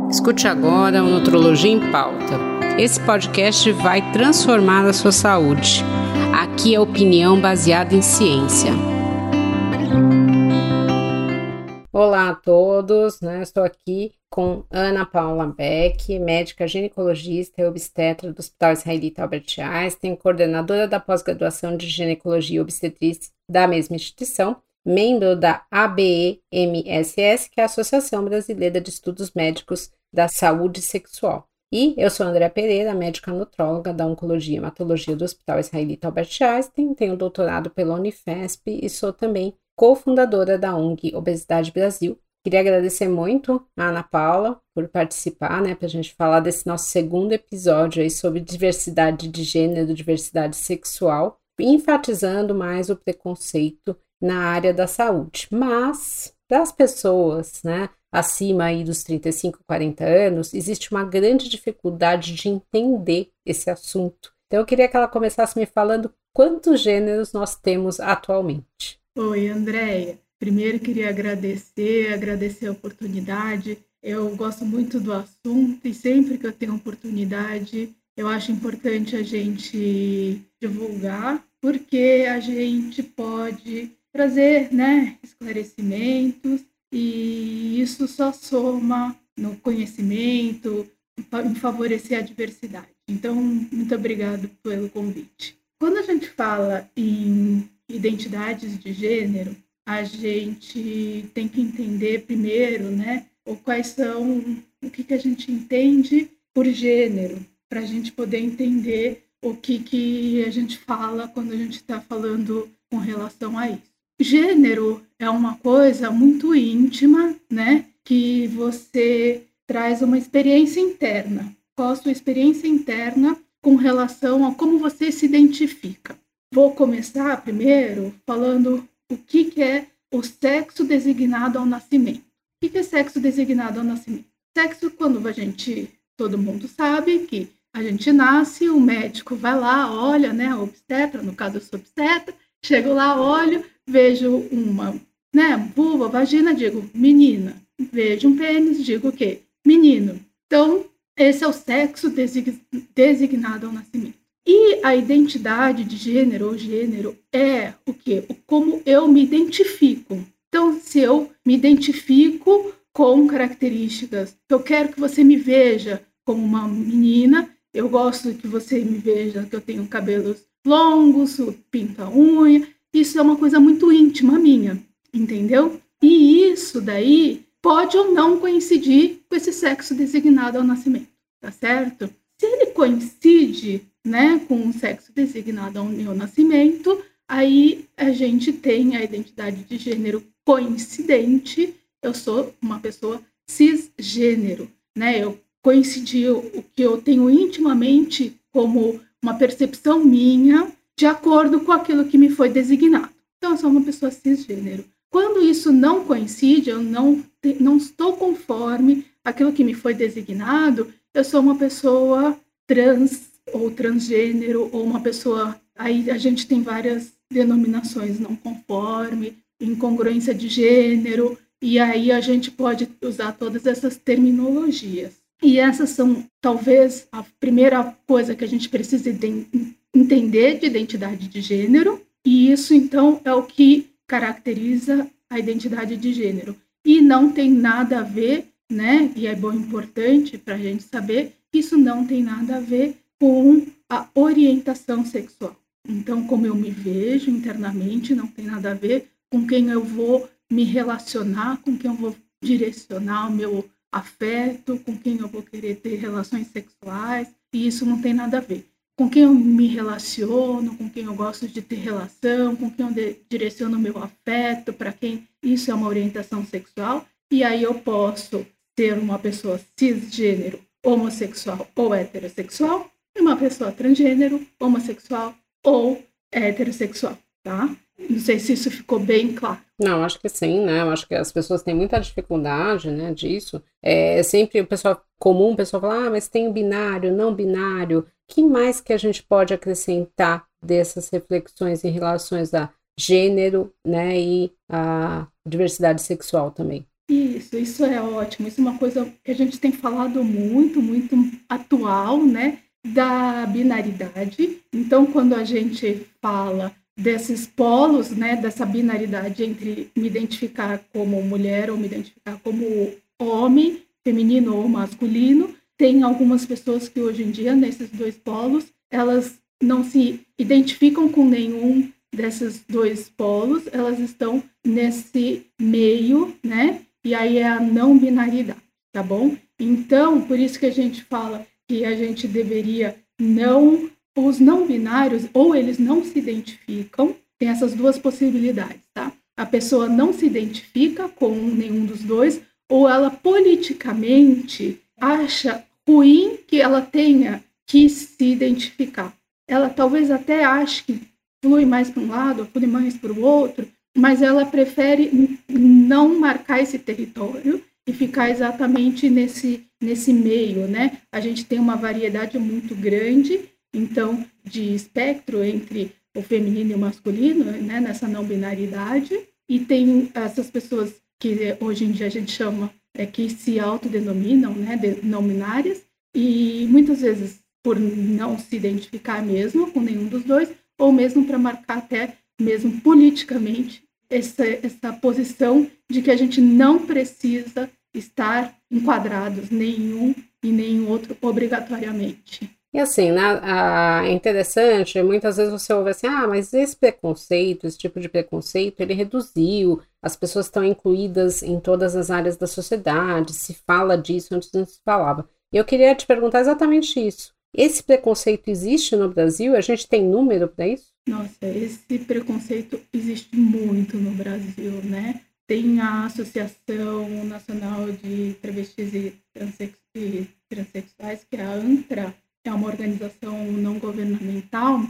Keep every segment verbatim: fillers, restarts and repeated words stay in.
Escute agora o Nutrologia em Pauta. Esse podcast vai transformar a sua saúde. Aqui é opinião baseada em ciência. Olá a todos, né? Estou aqui com Ana Paula Beck, médica ginecologista e obstetra do Hospital Israelita Albert Einstein, coordenadora da pós-graduação de ginecologia e obstetrícia da mesma instituição, membro da A B E M S S, que é a Associação Brasileira de Estudos Médicos da Saúde Sexual. E eu sou Andréa Pereira, médica nutróloga da Oncologia e Hematologia do Hospital Israelita Albert Einstein, tenho doutorado pela Unifesp e sou também cofundadora da O N G Obesidade Brasil. Queria agradecer muito a Ana Paula por participar, né, para a gente falar desse nosso segundo episódio aí sobre diversidade de gênero, diversidade sexual, enfatizando mais o preconceito na área da saúde. Mas, para as pessoas, né, acima aí dos trinta e cinco, quarenta anos, existe uma grande dificuldade de entender esse assunto. Então, eu queria que ela começasse me falando quantos gêneros nós temos atualmente. Oi, Andréia. Primeiro, queria agradecer, agradecer a oportunidade. Eu gosto muito do assunto e sempre que eu tenho oportunidade, eu acho importante a gente divulgar, porque a gente pode trazer, né, esclarecimentos, e isso só soma no conhecimento, em favorecer a diversidade. Então, muito obrigado pelo convite. Quando a gente fala em identidades de gênero, a gente tem que entender primeiro, né, quais são, o que, que a gente entende por gênero, para a gente poder entender o que, que a gente fala quando a gente está falando com relação a isso. Gênero é uma coisa muito íntima, né? Que você traz uma experiência interna. Qual a sua experiência interna com relação a como você se identifica? Vou começar primeiro falando o que, que é o sexo designado ao nascimento. O que, que é sexo designado ao nascimento? Sexo, quando a gente, todo mundo sabe que a gente nasce, o médico vai lá, olha, né? A obstetra, no caso eu sou obstetra, chego lá, olho, vejo uma, né, vulva, vagina, digo menina. Vejo um pênis, digo o quê? Menino. Então, esse é o sexo design, designado ao nascimento. E a identidade de gênero ou gênero é o quê? O como eu me identifico. Então, se eu me identifico com características, eu quero que você me veja como uma menina, eu gosto que você me veja que eu tenho cabelos longos, pinta a unha. Isso é uma coisa muito íntima minha, entendeu? E isso daí pode ou não coincidir com esse sexo designado ao nascimento, tá certo? Se ele coincide, né, com o sexo designado ao meu nascimento, aí a gente tem a identidade de gênero coincidente. Eu sou uma pessoa cisgênero, né? Eu coincidi o que eu tenho intimamente como uma percepção minha, de acordo com aquilo que me foi designado. Então, eu sou uma pessoa cisgênero. Quando isso não coincide, eu não, não estou conforme aquilo que me foi designado, eu sou uma pessoa trans ou transgênero, ou uma pessoa... Aí a gente tem várias denominações, não conforme, incongruência de gênero, e aí a gente pode usar todas essas terminologias. E essas são, talvez, a primeira coisa que a gente precisa entender de identidade de gênero, e isso, então, é o que caracteriza a identidade de gênero. E não tem nada a ver, né, e é bom, importante para a gente saber, que isso não tem nada a ver com a orientação sexual. Então, como eu me vejo internamente, não tem nada a ver com quem eu vou me relacionar, com quem eu vou direcionar o meu afeto, com quem eu vou querer ter relações sexuais, e isso não tem nada a ver. Com quem eu me relaciono, com quem eu gosto de ter relação, com quem eu de, direciono o meu afeto, para quem isso é uma orientação sexual, e aí eu posso ser uma pessoa cisgênero, homossexual ou heterossexual, e uma pessoa transgênero, homossexual ou heterossexual, tá? Não sei se isso ficou bem claro. Não, acho que sim, né? Eu acho que as pessoas têm muita dificuldade, né, disso. É sempre o pessoal comum, o pessoal fala, ah, mas tem o binário, não binário. O que mais que a gente pode acrescentar dessas reflexões em relação a gênero, né, e a diversidade sexual também? Isso, isso é ótimo. Isso é uma coisa que a gente tem falado muito, muito atual, né? Da binaridade. Então, quando a gente fala desses polos, né? Dessa binaridade entre me identificar como mulher ou me identificar como homem, feminino ou masculino, tem algumas pessoas que hoje em dia, nesses dois polos, elas não se identificam com nenhum desses dois polos, elas estão nesse meio, né? E aí é a não binaridade, tá bom? Então, por isso que a gente fala que a gente deveria não, os não binários, ou eles não se identificam, tem essas duas possibilidades, tá? A pessoa não se identifica com nenhum dos dois, ou ela politicamente acha ruim que ela tenha que se identificar. Ela talvez até ache que flui mais para um lado, flui mais para o outro, mas ela prefere não marcar esse território e ficar exatamente nesse, nesse meio, né? A gente tem uma variedade muito grande, então, de espectro entre o feminino e o masculino, né? Nessa não binaridade, e tem essas pessoas que hoje em dia a gente chama, é, que se autodenominam, né? De, não binárias, e muitas vezes por não se identificar mesmo com nenhum dos dois, ou mesmo para marcar até mesmo politicamente essa, essa posição de que a gente não precisa estar enquadrados nenhum e nenhum outro obrigatoriamente. E assim, né, a, é interessante, muitas vezes você ouve assim, ah, mas esse preconceito, esse tipo de preconceito, ele reduziu, as pessoas estão incluídas em todas as áreas da sociedade, se fala disso, antes não se falava. E eu queria te perguntar exatamente isso. Esse preconceito existe no Brasil? A gente tem número para isso? Nossa, esse preconceito existe muito no Brasil, né? Tem a Associação Nacional de Travestis e, Transex e Transsexuais, que é a ANTRA, é uma organização não governamental,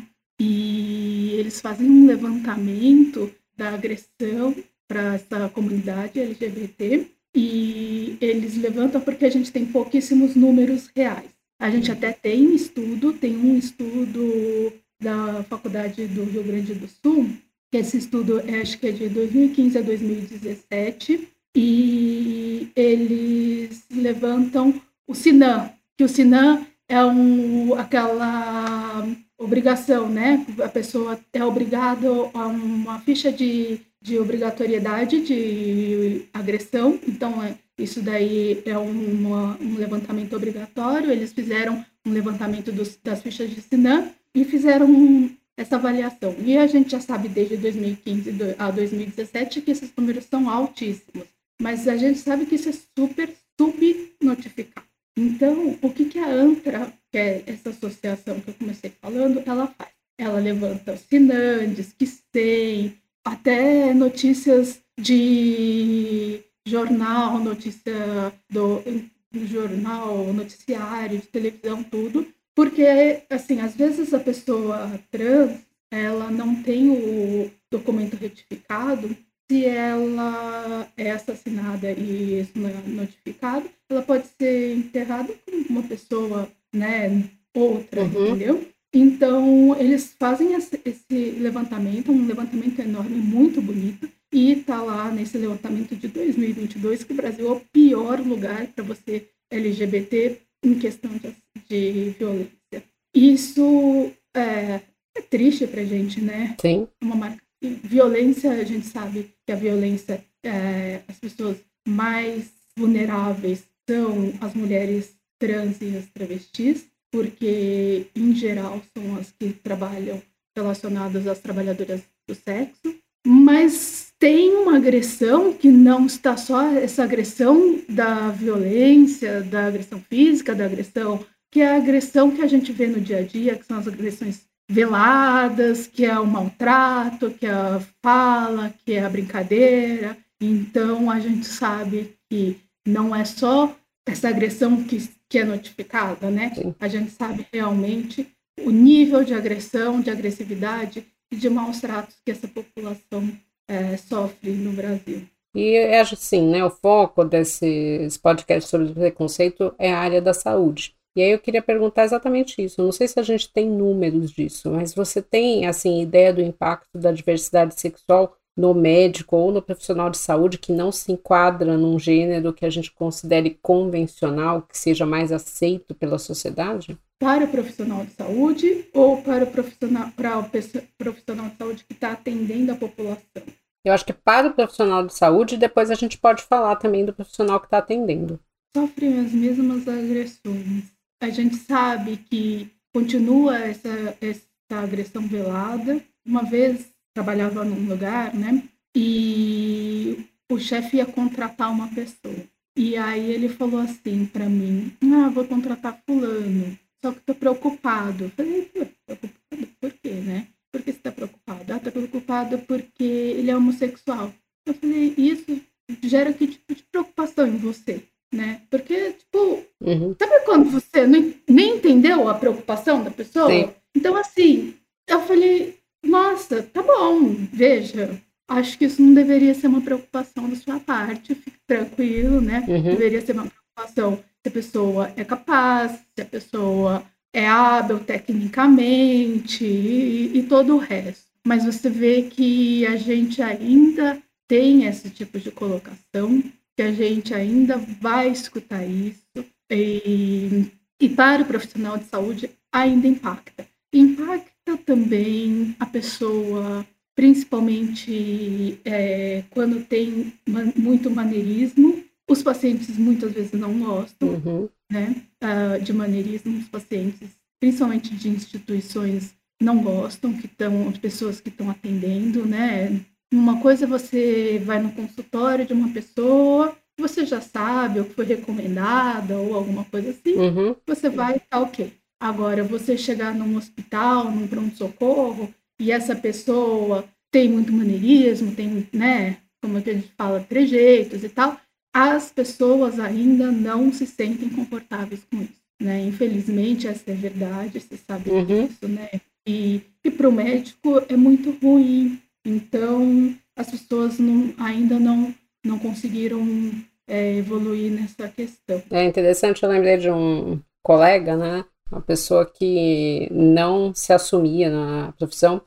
e eles fazem um levantamento da agressão para essa comunidade L G B T, e eles levantam porque a gente tem pouquíssimos números reais. A gente até tem estudo, tem um estudo da Faculdade do Rio Grande do Sul, que esse estudo é, acho que é de dois mil e quinze a dois mil e dezessete, e eles levantam o SINAM, que o SINAM é um, aquela obrigação, né? A pessoa é obrigada a uma ficha de, de obrigatoriedade de agressão, então é, isso daí é uma, um levantamento obrigatório. Eles fizeram um levantamento dos, das fichas de SINAM e fizeram essa avaliação. E a gente já sabe desde dois mil e quinze a dois mil e dezessete que esses números são altíssimos, mas a gente sabe que isso é super subnotificado. Então, o que, que a ANTRA, que é essa associação que eu comecei falando, ela faz? Ela levanta o SINAM, diz que tem, até notícias de jornal, notícia do, do jornal, noticiário, de televisão, tudo, porque, assim, às vezes a pessoa trans, ela não tem o documento retificado. Se ela é assassinada e isso não é notificado, ela pode ser enterrada como uma pessoa, né, outra, uhum. Entendeu? Então, eles fazem esse, esse levantamento, um levantamento enorme, muito bonito, e está lá nesse levantamento de dois mil e vinte e dois que o Brasil é o pior lugar para você L G B T em questão de, de violência. Isso é, é triste para a gente, né? Sim. Uma marca. E violência, a gente sabe que a violência, é, as pessoas mais vulneráveis são as mulheres trans e as travestis, porque, em geral, são as que trabalham relacionadas às trabalhadoras do sexo, mas tem uma agressão que não está só essa agressão da violência, da agressão física, da agressão, que é a agressão que a gente vê no dia a dia, que são as agressões veladas, que é o maltrato, que é a fala, que é a brincadeira. Então, a gente sabe que não é só essa agressão que, que é notificada, né? Sim. A gente sabe realmente o nível de agressão, de agressividade e de maus tratos que essa população é, sofre no Brasil. E é assim, né? O foco desses podcasts sobre preconceito é a área da saúde. E aí eu queria perguntar exatamente isso. Eu não sei se a gente tem números disso, mas você tem, assim, ideia do impacto da diversidade sexual no médico ou no profissional de saúde que não se enquadra num gênero que a gente considere convencional, que seja mais aceito pela sociedade? Para o profissional de saúde ou para o profissional, para o profissional de saúde que está atendendo a população? Eu acho que para o profissional de saúde, depois a gente pode falar também do profissional que está atendendo. Sofrem as mesmas agressões. A gente sabe que continua essa, essa agressão velada. Uma vez trabalhava num lugar, né? E o chefe ia contratar uma pessoa. E aí ele falou assim para mim: ah, vou contratar fulano, só que tô preocupado. Eu falei: preocupado por quê, né? Por que você tá preocupado? Ah, tô preocupado porque ele é homossexual. Eu falei: isso gera que tipo de preocupação em você, né? Porque, tipo, uhum. Sabe quando você não, nem entendeu a preocupação da pessoa? Sim. Então, assim, eu falei: nossa, tá bom, veja, acho que isso não deveria ser uma preocupação da sua parte, fique tranquilo, né? Uhum. Deveria ser uma preocupação se a pessoa é capaz, se a pessoa é hábil tecnicamente e, e todo o resto. Mas você vê que a gente ainda tem esse tipo de colocação, que a gente ainda vai escutar isso, e, e para o profissional de saúde ainda impacta. Impacta também a pessoa, principalmente é, quando tem man, muito maneirismo. Os pacientes muitas vezes não gostam, uhum. né, uh, de maneirismo. Os pacientes, principalmente de instituições, não gostam, que estão, as pessoas que estão atendendo, né? Uma coisa é você vai no consultório de uma pessoa, você já sabe, ou foi recomendada, ou alguma coisa assim, uhum. você vai e tá ok. Agora, você chegar num hospital, num pronto-socorro, e essa pessoa tem muito maneirismo, tem, né, como é que a gente fala, trejeitos e tal, as pessoas ainda não se sentem confortáveis com isso, né? Infelizmente, essa é a verdade, você sabe uhum. disso, né? E, e para o médico é muito ruim. Então, as pessoas não, ainda não, não conseguiram é, evoluir nessa questão. É interessante, eu lembrei de um colega, né? Uma pessoa que não se assumia na profissão,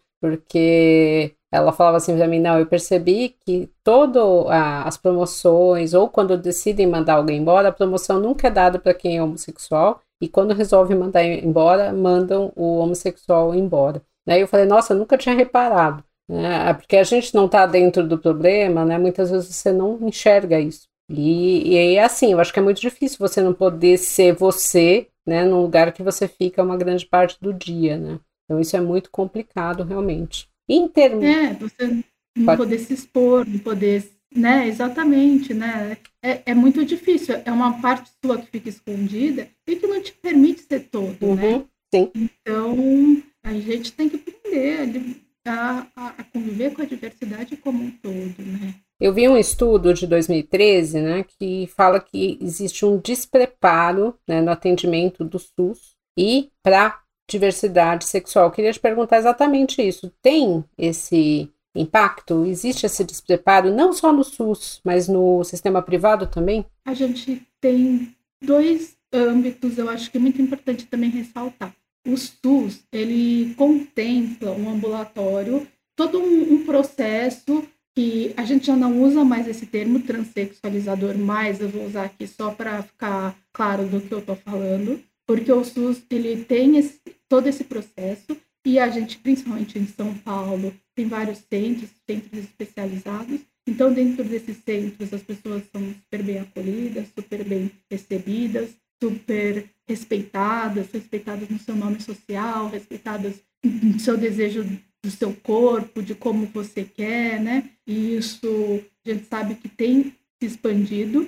porque ela falava assim para mim: não, eu percebi que todas as promoções, ou quando decidem mandar alguém embora, a promoção nunca é dada para quem é homossexual, e quando resolvem mandar embora, mandam o homossexual embora. Aí eu falei: nossa, eu nunca tinha reparado, né? Porque a gente não está dentro do problema, né? Muitas vezes você não enxerga isso. E, e é assim, eu acho que é muito difícil você não poder ser você, né, num lugar que você fica uma grande parte do dia, né? Então isso é muito complicado, realmente. Em termos... É, você não Pode... poder se expor, não poder... Né, exatamente, né? É, é muito difícil, é uma parte sua que fica escondida e que não te permite ser todo, uhum, né? Sim. Então, a gente tem que aprender a, a, a conviver com a diversidade como um todo, né? Eu vi um estudo de dois mil e treze, né, que fala que existe um despreparo, né, no atendimento do SUS e para diversidade sexual. Eu queria te perguntar exatamente isso. Tem esse impacto? Existe esse despreparo não só no SUS, mas no sistema privado também? A gente tem dois âmbitos, eu acho que é muito importante também ressaltar. O SUS, ele contempla um ambulatório, todo um, um processo que a gente já não usa mais esse termo transexualizador, mas eu vou usar aqui só para ficar claro do que eu estou falando, porque o SUS ele tem esse, todo esse processo, e a gente, principalmente em São Paulo, tem vários centros, centros especializados. Então, dentro desses centros, as pessoas são super bem acolhidas, super bem recebidas, super respeitadas, respeitadas no seu nome social, respeitadas no seu desejo do seu corpo, de como você quer, né? E isso a gente sabe que tem se expandido,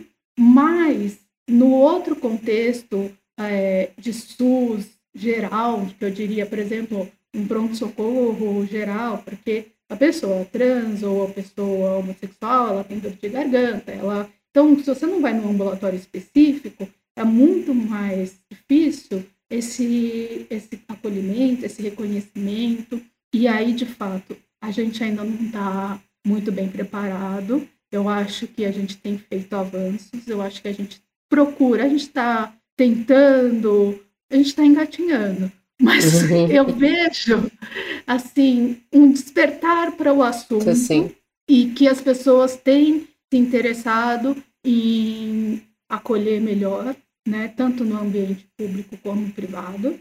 mas no outro contexto é, de SUS geral, que eu diria, por exemplo, um pronto-socorro geral, porque a pessoa trans ou a pessoa homossexual, ela tem dor de garganta, ela... Então, se você não vai num ambulatório específico, é muito mais difícil esse, esse acolhimento, esse reconhecimento. E aí, de fato, a gente ainda não está muito bem preparado. Eu acho que a gente tem feito avanços, eu acho que a gente procura, a gente está tentando, a gente está engatinhando. Mas uhum. eu vejo, assim, um despertar para o assunto. Sim. e que as pessoas têm se interessado em acolher melhor, né, tanto no ambiente público como privado,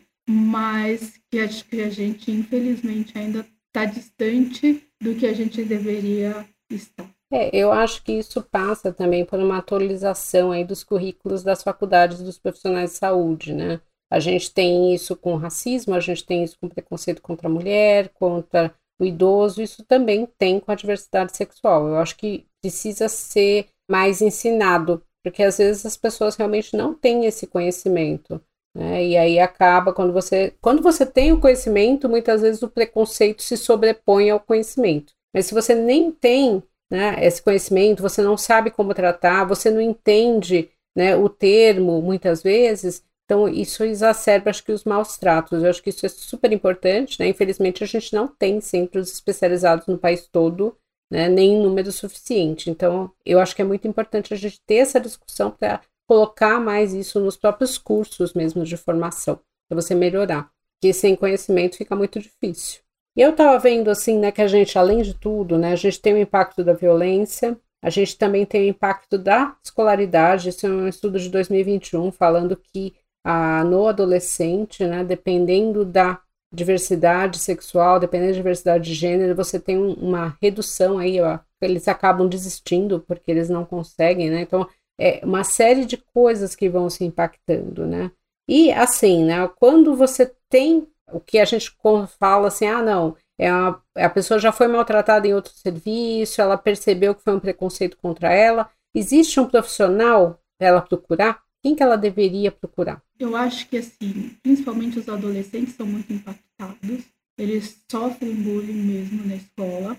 mas que acho que a gente, infelizmente, ainda está distante do que a gente deveria estar. É, eu acho que isso passa também por uma atualização aí dos currículos das faculdades dos profissionais de saúde, né? A gente tem isso com racismo, a gente tem isso com preconceito contra a mulher, contra o idoso, isso também tem com a diversidade sexual. Eu acho que precisa ser mais ensinado, porque às vezes as pessoas realmente não têm esse conhecimento, né? E aí acaba quando você, quando você tem o conhecimento, muitas vezes o preconceito se sobrepõe ao conhecimento. Mas se você nem tem, né, esse conhecimento, você não sabe como tratar, você não entende, né, o termo muitas vezes, então isso exacerba, acho que, os maus tratos. Eu acho que isso é super importante, né? Infelizmente a gente não tem centros especializados no país todo, né, nem em número suficiente. Então eu acho que é muito importante a gente ter essa discussão para colocar mais isso nos próprios cursos mesmo de formação, para você melhorar, porque sem conhecimento fica muito difícil. E eu estava vendo assim, né, que a gente, além de tudo, né, a gente tem o impacto da violência, a gente também tem o impacto da escolaridade. Esse é um estudo de dois mil e vinte e um falando que a, no adolescente, né, dependendo da diversidade sexual, dependendo da diversidade de gênero, você tem um, uma redução aí, ó, eles acabam desistindo porque eles não conseguem, né? Então, é uma série de coisas que vão se impactando, né? E assim, né, quando você tem o que a gente fala assim, ah, não, é uma, a pessoa já foi maltratada em outro serviço, ela percebeu que foi um preconceito contra ela, existe um profissional para ela procurar? Quem que ela deveria procurar? Eu acho que, assim, principalmente os adolescentes são muito impactados, eles sofrem bullying mesmo na escola,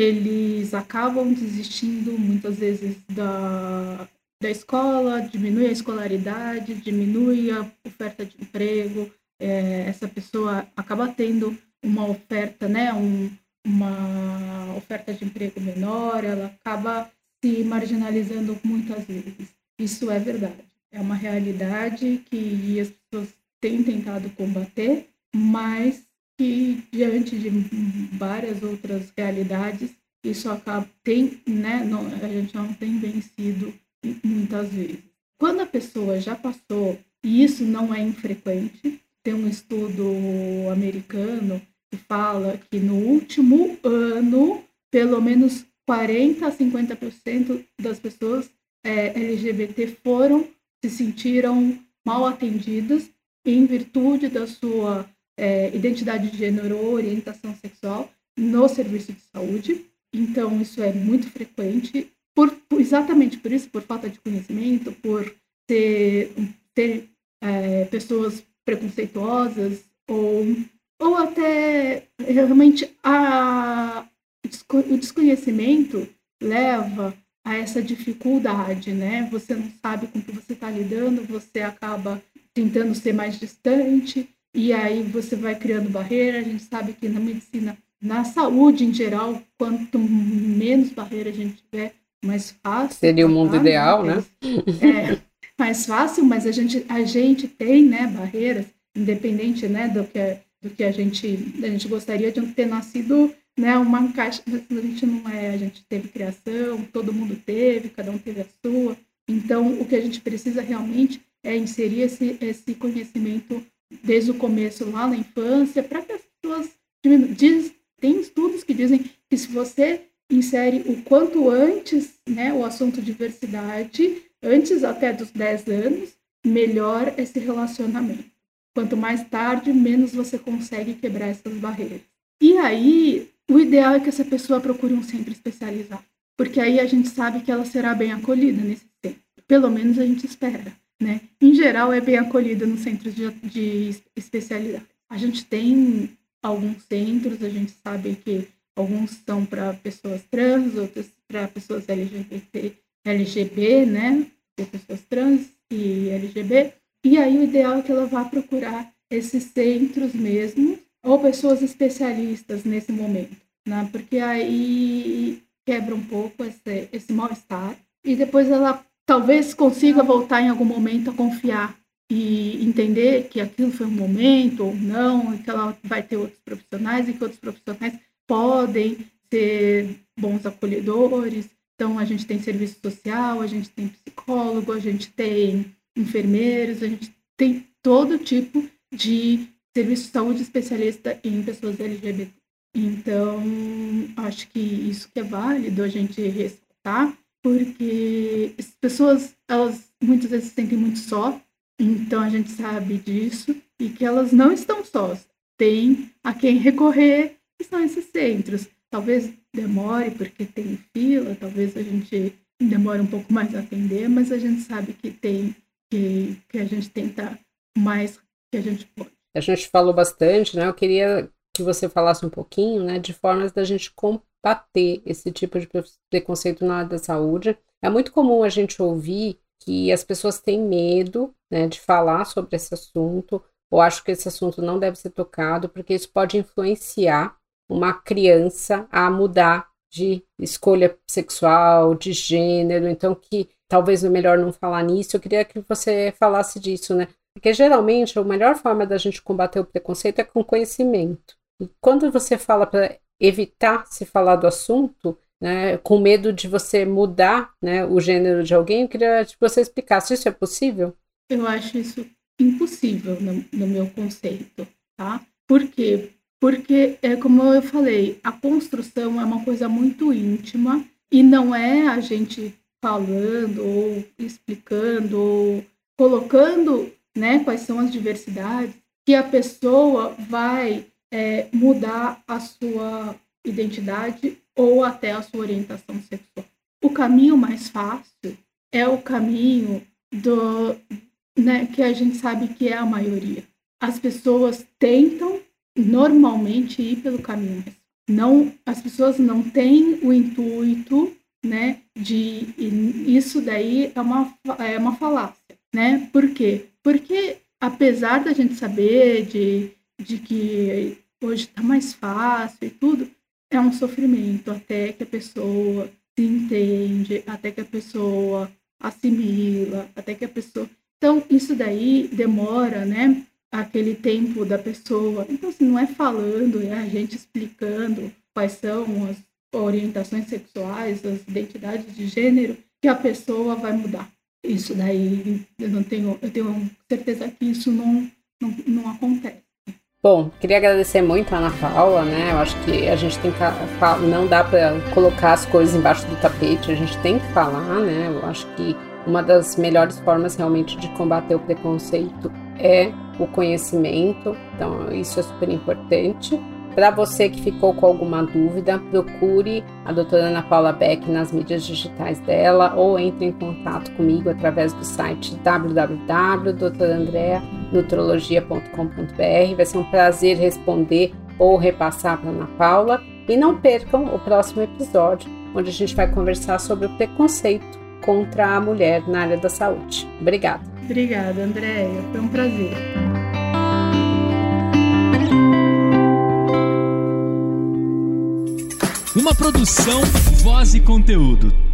eles acabam desistindo muitas vezes da, da escola, diminui a escolaridade, diminui a oferta de emprego, é, essa pessoa acaba tendo uma oferta, né, um, uma oferta de emprego menor, ela acaba se marginalizando muitas vezes. Isso é verdade. É uma realidade que as pessoas têm tentado combater, mas que, diante de várias outras realidades, isso acaba, tem, né, não, a gente não tem vencido muitas vezes. Quando a pessoa já passou, e isso não é infrequente, tem um estudo americano que fala que no último ano, pelo menos quarenta a cinquenta por cento das pessoas é, L G B T foram, se sentiram mal atendidas em virtude da sua é, identidade de gênero ou orientação sexual no serviço de saúde. Então, isso é muito frequente, por, por, exatamente por isso, por falta de conhecimento, por ter, ter é, pessoas preconceituosas ou, ou até realmente a, o desconhecimento leva a essa dificuldade, né? Você não sabe com o que você está lidando, você acaba tentando ser mais distante e aí você vai criando barreira. A gente sabe que na medicina, na saúde em geral, quanto menos barreira a gente tiver, mais fácil. Seria o mundo ideal, né? É, mais fácil, mas a gente, a gente tem, né, barreiras, independente, né, do que, do que a gente, a gente gostaria de ter nascido, né, uma caixa, mas a gente não é, a gente teve criação, todo mundo teve, cada um teve a sua. Então, o que a gente precisa realmente é inserir esse, esse conhecimento desde o começo, lá na infância, para que as pessoas diz, tem estudos que dizem que se você insere o quanto antes, né, o assunto diversidade, antes até dos dez anos, melhor esse relacionamento. Quanto mais tarde, menos você consegue quebrar essas barreiras. E aí, o ideal é que essa pessoa procure um centro especializado, porque aí a gente sabe que ela será bem acolhida nesse centro. Pelo menos a gente espera, né? Em geral, é bem acolhida nos centros de, de especialidade. A gente tem alguns centros, a gente sabe que alguns são para pessoas trans, outros para pessoas L G B T, L G B, né? Pessoas trans e L G B. E aí o ideal é que ela vá procurar esses centros mesmo, ou pessoas especialistas nesse momento, né? Porque aí quebra um pouco esse, esse mal-estar. E depois ela talvez consiga voltar em algum momento a confiar e entender que aquilo foi um momento ou não, e que ela vai ter outros profissionais e que outros profissionais podem ser bons acolhedores. Então, a gente tem serviço social, a gente tem psicólogo, a gente tem enfermeiros, a gente tem todo tipo de serviço de saúde especialista em pessoas L G B T. Então, acho que isso que é válido a gente ressaltar, porque as pessoas, elas muitas vezes se sentem muito só, então a gente sabe disso, e que elas não estão sós. Tem a quem recorrer, que são esses centros. Talvez demore porque tem fila, talvez a gente demore um pouco mais a atender, mas a gente sabe que tem, que, que a gente tenta mais que a gente pode. A gente falou bastante, né? Eu queria que você falasse um pouquinho, né, de formas da gente combater esse tipo de preconceito na área da saúde. É muito comum a gente ouvir que as pessoas têm medo, né, de falar sobre esse assunto, ou acham que esse assunto não deve ser tocado, porque isso pode influenciar uma criança a mudar de escolha sexual, de gênero, então que talvez é melhor não falar nisso. Eu queria que você falasse disso, né? Porque geralmente a melhor forma da gente combater o preconceito é com conhecimento. E quando você fala para evitar se falar do assunto, né, com medo de você mudar, né, o gênero de alguém, eu queria que você explicasse se isso é possível. Eu acho isso impossível no, no meu conceito, tá? Por quê? Porque, é como eu falei, a construção é uma coisa muito íntima e não é a gente falando ou explicando ou colocando, né, quais são as diversidades que a pessoa vai é, mudar a sua identidade ou até a sua orientação sexual. O caminho mais fácil é o caminho do, né, que a gente sabe que é a maioria. As pessoas tentam normalmente ir pelo caminho. Não, as pessoas não têm o intuito, né, de isso daí é uma, é uma falácia, né? Por quê? Porque apesar da gente saber de, de que hoje está mais fácil e tudo, é um sofrimento até que a pessoa se entende, até que a pessoa assimila, até que a pessoa... Então, isso daí demora, né? Aquele tempo da pessoa. Então, assim, não é falando, é a gente explicando quais são as orientações sexuais, as identidades de gênero, que a pessoa vai mudar. Isso daí, eu não tenho, eu tenho certeza que isso não, não, não acontece. Bom, queria agradecer muito a Ana Paula, né? Eu acho que a gente tem que, não dá para colocar as coisas embaixo do tapete, a gente tem que falar, né? Eu acho que uma das melhores formas realmente de combater o preconceito é o conhecimento, então isso é super importante. Para você que ficou com alguma dúvida, procure a doutora Ana Paula Beck nas mídias digitais dela ou entre em contato comigo através do site w w w ponto doutora andrea nutrologia ponto com ponto b r. Vai ser um prazer responder ou repassar para a Ana Paula. E não percam o próximo episódio, onde a gente vai conversar sobre o preconceito contra a mulher na área da saúde. Obrigada. Obrigada, Andréia. Foi um prazer. Uma produção, voz e conteúdo.